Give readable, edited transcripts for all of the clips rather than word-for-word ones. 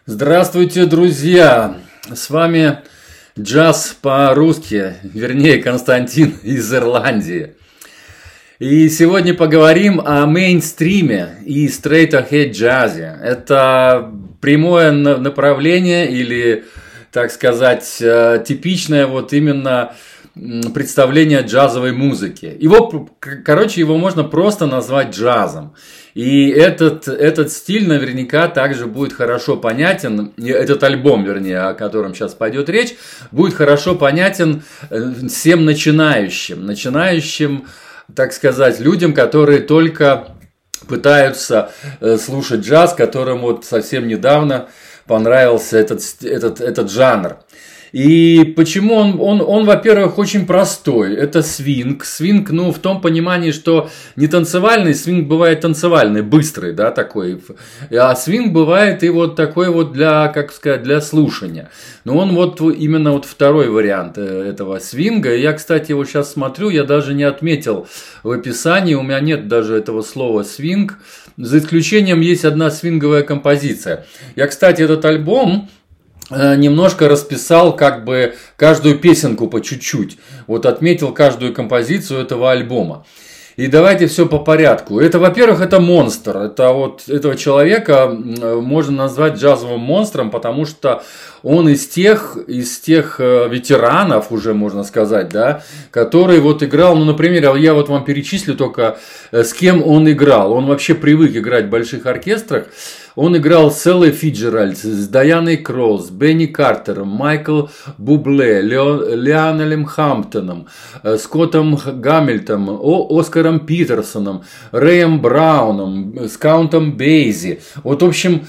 Здравствуйте, друзья! С вами джаз по-русски, вернее, Константин из Ирландии. И сегодня поговорим о мейнстриме и straight-ahead джазе. Это прямое направление или, так сказать, типичное вот именно представление джазовой музыки. Его можно просто назвать джазом. И этот стиль наверняка также будет хорошо понятен, этот альбом, вернее, о котором сейчас пойдет речь, будет хорошо понятен всем начинающим, так сказать, людям, которые только пытаются слушать джаз, которым вот совсем недавно понравился этот жанр. И почему он, во-первых, очень простой. Это свинг. Свинг, в том понимании, что не танцевальный, свинг бывает танцевальный, быстрый, да, такой. А свинг бывает и вот такой вот для слушания. Но он именно второй вариант этого свинга. Я, кстати, его сейчас смотрю, я даже не отметил в описании, у меня нет даже этого слова свинг. За исключением есть одна свинговая композиция. Я, кстати, этот альбом немножко расписал каждую песенку по чуть-чуть. Отметил каждую композицию этого альбома. И давайте все по порядку. Во-первых, это монстр. Этого человека можно назвать джазовым монстром, потому что он из тех ветеранов, уже можно сказать, да, который играл, например, я вам перечислю только, с кем он играл. Он вообще привык играть в больших оркестрах. Он играл с Эллой Фицджеральд, с Дайаной Кролл, с Бенни Картером, Майкл Бубле, Лионелем Хамптоном, Скоттом Гамильтоном, Оскаром Питерсоном, Рэем Брауном, с Каунтом Бейзи. В общем,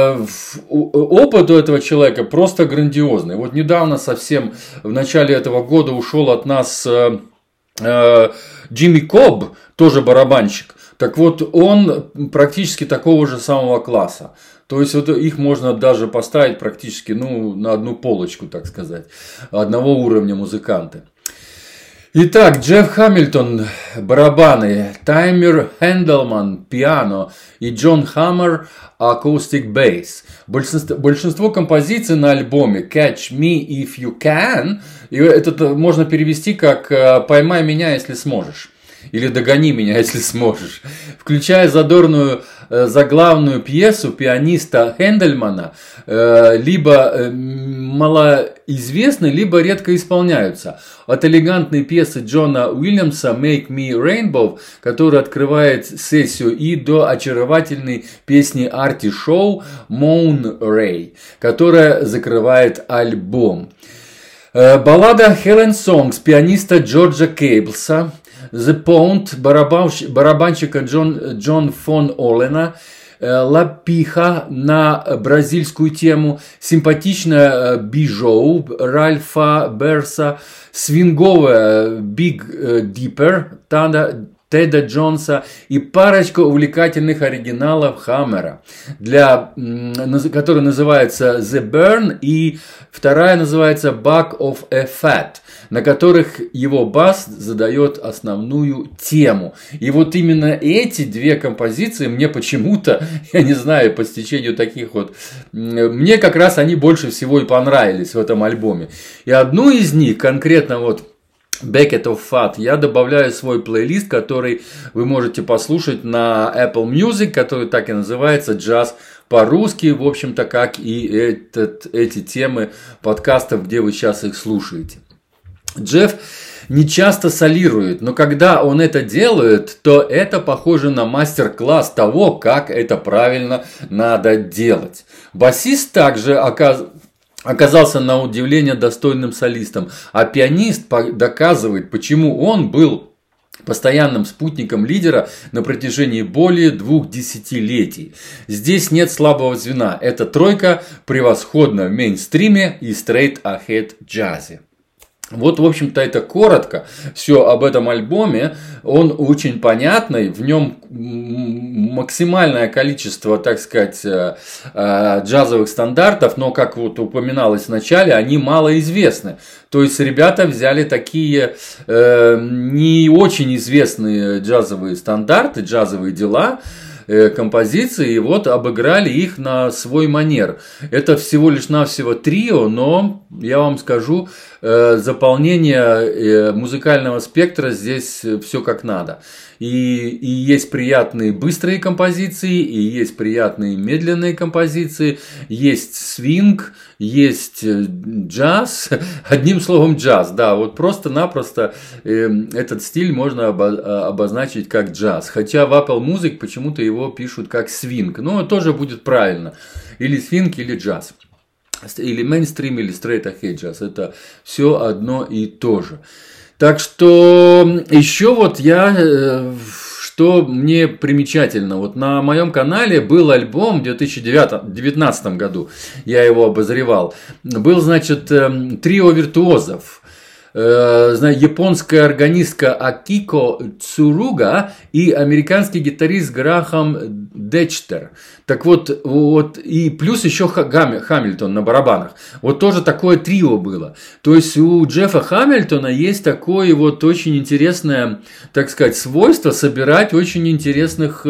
опыт у этого человека просто грандиозный. Недавно совсем, в начале этого года ушел от нас Джимми Кобб, тоже барабанщик. Так он практически такого же самого класса. То есть их можно даже поставить практически на одну полочку, так сказать, одного уровня музыканты. Итак, Джефф Хамильтон барабаны, Таймер Хендлман пиано и Джон Хаммер acoustic bass. Большинство композиций на альбоме Catch Me If You Can, и это можно перевести как «Поймай меня, если сможешь». Или «Догони меня, если сможешь», включая задорную заглавную пьесу пианиста Хендельмана, либо малоизвестны, либо редко исполняются. От элегантной пьесы Джона Уильямса «Make Me Rainbow», которая открывает сессию, и до очаровательной песни Арти Шоу «Moon Ray», которая закрывает альбом. Баллада «Helen Songs» пианиста Джорджа Кейблса, The Pound барабанщика Джон фон Олена, Ла Пиха на бразильскую тему, симпатичная Бижоу Ральфа Берса, свинговая Биг Диппер Теда Джонса и парочка увлекательных оригиналов Хаммера, которая называется The Burn, и вторая называется Back of a Fat, на которых его бас задает основную тему. И именно эти две композиции мне почему-то, я не знаю, по стечению таких мне как раз они больше всего и понравились в этом альбоме. И одну из них, конкретно Bucket of Fat, я добавляю в свой плейлист, который вы можете послушать на Apple Music, который так и называется «Джаз по-русски», в общем-то, как и эти темы подкастов, где вы сейчас их слушаете. Джефф не часто солирует, но когда он это делает, то это похоже на мастер-класс того, как это правильно надо делать. Басист также оказался на удивление достойным солистом, а пианист доказывает, почему он был постоянным спутником лидера на протяжении более 2 десятилетий. Здесь нет слабого звена. Эта тройка превосходна в мейнстриме и straight-ahead джазе. В общем-то, это коротко все об этом альбоме. Он очень понятный, в нем максимальное количество, так сказать, джазовых стандартов, но, как упоминалось в начале, они малоизвестны. То есть, ребята взяли такие не очень известные джазовые стандарты, джазовые дела, композиции и вот обыграли их на свой манер. Это всего лишь навсего трио, но я вам скажу, заполнение музыкального спектра здесь все как надо. И есть приятные быстрые композиции, и есть приятные медленные композиции, есть свинг, есть джаз, одним словом джаз, да, вот просто-напросто этот стиль можно обозначить как джаз, хотя в Apple Music почему-то его пишут как свинг, но тоже будет правильно, или свинг, или джаз. Или мейнстрим, или straight ahead джаз, это все одно и то же. Так что еще вот что мне примечательно, вот на моем канале был альбом в 2019 году, я его обозревал, был, значит, трио виртуозов. Японская органистка Акико Цуруга и американский гитарист Грахам Дечтер. Так вот, и плюс еще Хамильтон на барабанах. Вот тоже такое трио было. То есть у Джеффа Хамильтона есть такое вот очень интересное, так сказать, свойство собирать очень интересных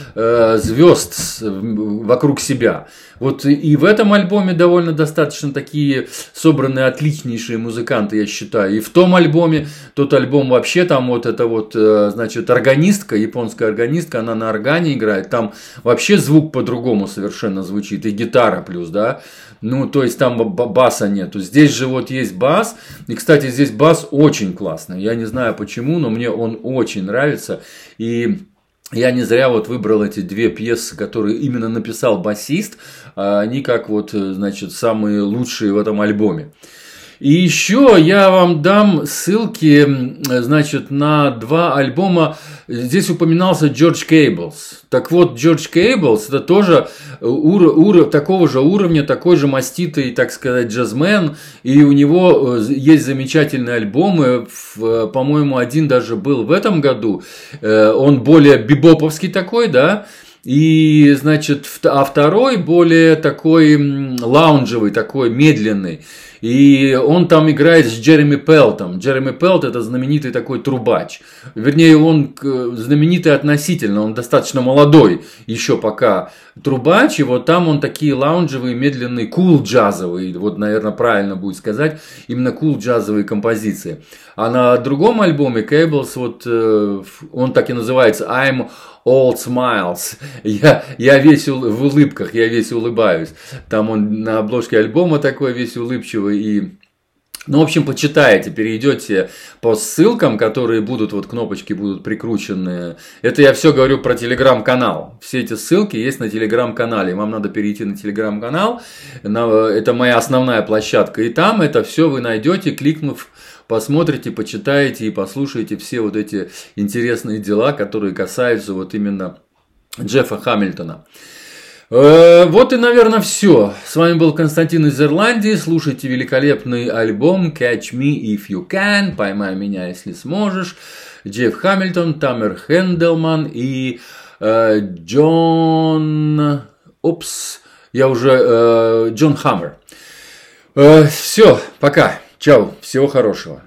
звезд вокруг себя. Вот и в этом альбоме довольно достаточно такие собранные отличнейшие музыканты, я считаю. И в том альбоме, тот альбом вообще там вот это вот, значит, органистка, японская органистка, она на органе играет. Там вообще звук по-другому совершенно звучит. И гитара плюс, да. Ну, то есть там баса нету. Здесь же вот есть бас. И, кстати, здесь бас очень классный. Я не знаю почему, но мне он очень нравится. И я не зря вот выбрал эти две пьесы, которые именно написал басист. Они как вот, значит, самые лучшие в этом альбоме. И еще я вам дам ссылки, значит, на два альбома. Здесь упоминался Джордж Кейблс. Так вот, Джордж Кейблс это тоже такого же уровня, такой же маститый, так сказать, джазмен. И у него есть замечательные альбомы. По-моему, один даже был в этом году. Он более бибоповский такой, да. И, значит, а второй более такой лаунжевый, такой медленный. И он там играет с Джереми Пелтом. Джереми Пелт это знаменитый такой трубач. Вернее, он знаменитый относительно, он достаточно молодой еще пока трубач. И вот там он такие лаунжевые, медленные, кул-джазовые, вот, наверное, правильно будет сказать, именно кул-джазовые композиции. А на другом альбоме Кейблс, вот, он так и называется I'm All Smiles. Я весь в улыбках, я весь улыбаюсь. Там он на обложке альбома такой весь улыбчивый. Ну, в общем, почитайте, перейдете по ссылкам, которые будут, вот кнопочки будут прикручены. Это я все говорю про телеграм-канал. Все эти ссылки есть на телеграм-канале. Вам надо перейти на телеграм-канал. Это моя основная площадка. И там это все вы найдете, кликнув. Посмотрите, почитаете и послушаете все вот эти интересные дела, которые касаются вот именно Джеффа Хамильтона. Вот и, наверное, все. С вами был Константин из Ирландии. Слушайте великолепный альбом Catch Me If You Can. Поймай меня, если сможешь. Джефф Хамильтон, Тамер Хенделман и Джон Хаммер. Все, пока. Чао, всего хорошего.